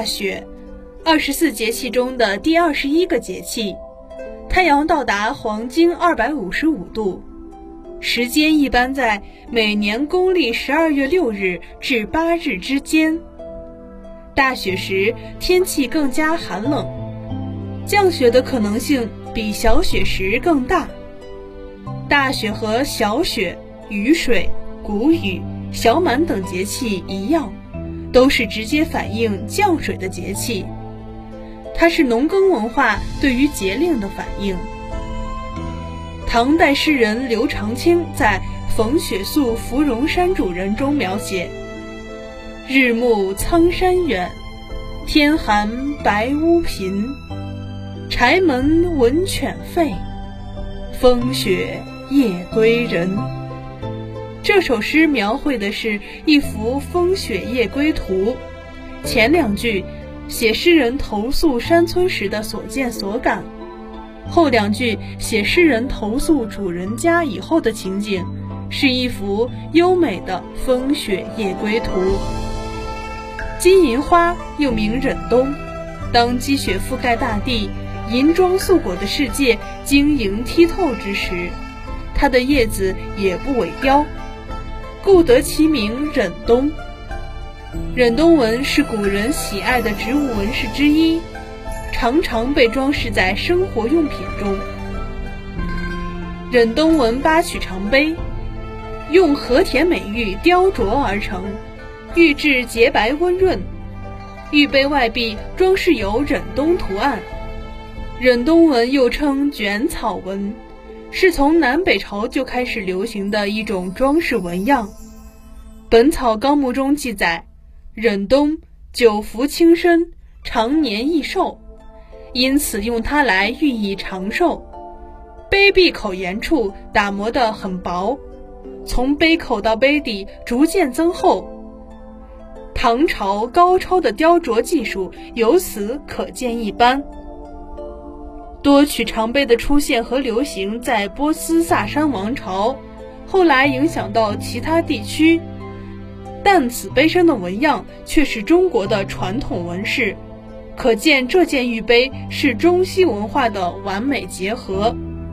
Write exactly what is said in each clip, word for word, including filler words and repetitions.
雪，二十四节气中的第二十一个节气，太阳到达黄经二百五十五度，时间一般在每年公历十二月六日至八日之间。大雪时天气更加寒冷，降雪的可能性比小雪时更大。大雪和小雪、雨水、谷雨、小满等节气一样，都是直接反映降水的节气，它是农耕文化对于节令的反应。唐代诗人刘长卿在《逢雪宿芙蓉山主人》中描写：日暮苍山远，天寒白屋贫，柴门闻犬吠，风雪夜归人。这首诗描绘的是一幅风雪夜归图，前两句写诗人投宿山村时的所见所感，后两句写诗人投宿主人家以后的情景，是一幅优美的风雪夜归图。金银花又名忍冬，当积雪覆盖大地，银装素裹的世界晶莹剔透之时，它的叶子也不萎凋，故得其名忍冬。忍冬纹是古人喜爱的植物纹饰之一，常常被装饰在生活用品中。忍冬纹八曲长杯，用和田美玉雕琢而成，玉质洁白温润，玉杯外壁装饰有忍冬图案。忍冬纹又称卷草纹，是从南北朝就开始流行的一种装饰纹样。本草纲目中记载，忍冬久服轻身，常年益寿，因此用它来寓意长寿。杯壁口沿处打磨得很薄，从杯口到杯底逐渐增厚，唐朝高超的雕琢技术由此可见一斑。多曲长杯的出现和流行在波斯萨珊王朝，后来影响到其他地区，但此杯身的纹样却是中国的传统纹饰，可见这件玉杯是中西文化的完美结合。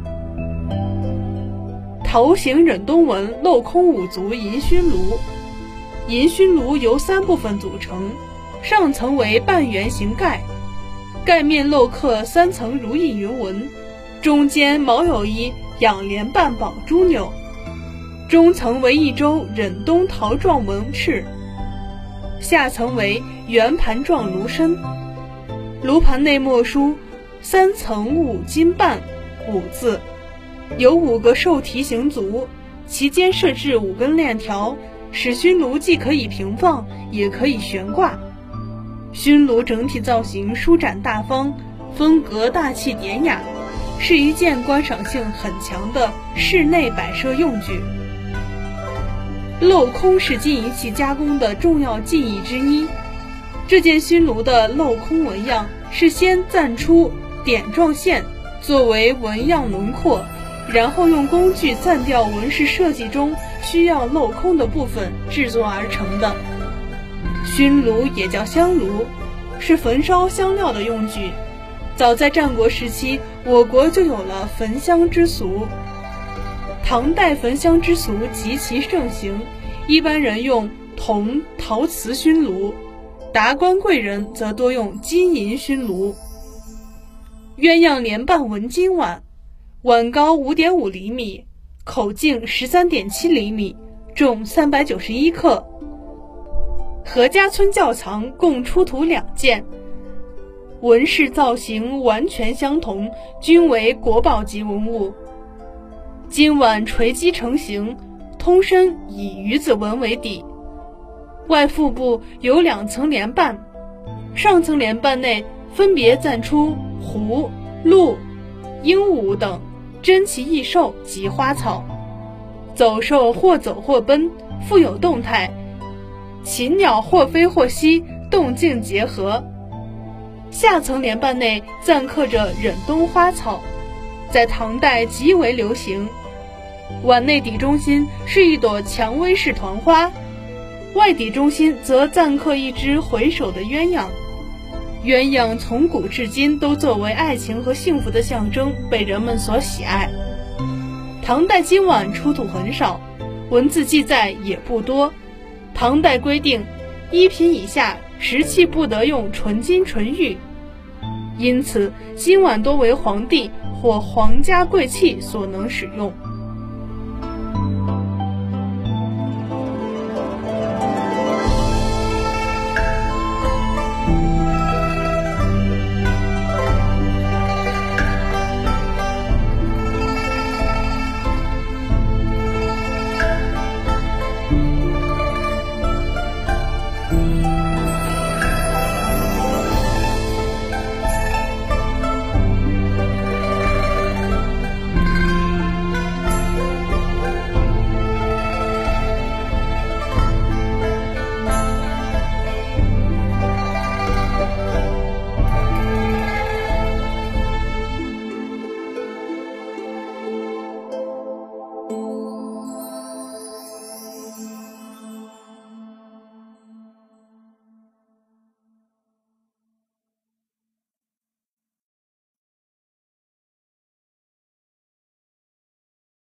桃形忍冬纹镂空五足银熏炉，银熏炉由三部分组成，上层为半圆形盖，盖面镂刻三层如意云纹，中间毛有一仰莲瓣绑珠钮，中层为一周忍冬桃状纹饰，下层为圆盘状炉身，炉盘内墨书三层五金瓣五字，有五个兽蹄形足，其间设置五根链条，使熏炉既可以平放也可以悬挂。熏炉整体造型舒展大方，风格大气典雅，是一件观赏性很强的室内摆设用具。镂空是金银器加工的重要技艺之一，这件熏炉的镂空纹样是先暂出点状线作为纹样轮廓，然后用工具暂掉纹饰设计中需要镂空的部分制作而成的。熏炉也叫香炉，是焚烧香料的用具。早在战国时期，我国就有了焚香之俗。唐代焚香之俗极其盛行，一般人用铜、陶瓷熏炉，达官贵人则多用金银熏炉。鸳鸯莲瓣纹金碗，碗高 五点五厘米，口径 十三点七厘米，重三百九十一克。何家村窖藏共出土两件，纹饰造型完全相同，均为国宝级文物。金碗垂击成形，通身以鱼子纹为底，外腹部有两层莲瓣，上层莲瓣内分别暂出狐、鹿、鹦鹉等珍奇异兽及花草，走兽或走或奔，富有动态，禽鸟或飞或息，动静结合。下层莲瓣内暂刻着忍冬花草，在唐代极为流行。碗内底中心是一朵蔷薇式团花，外底中心则暂刻一只回首的鸳鸯， 鸳鸯从古至今都作为爱情和幸福的象征被人们所喜爱。唐代金碗出土很少，文字记载也不多。唐代规定，一品以下食器不得用纯金纯玉，因此金碗多为皇帝或皇家贵戚所能使用。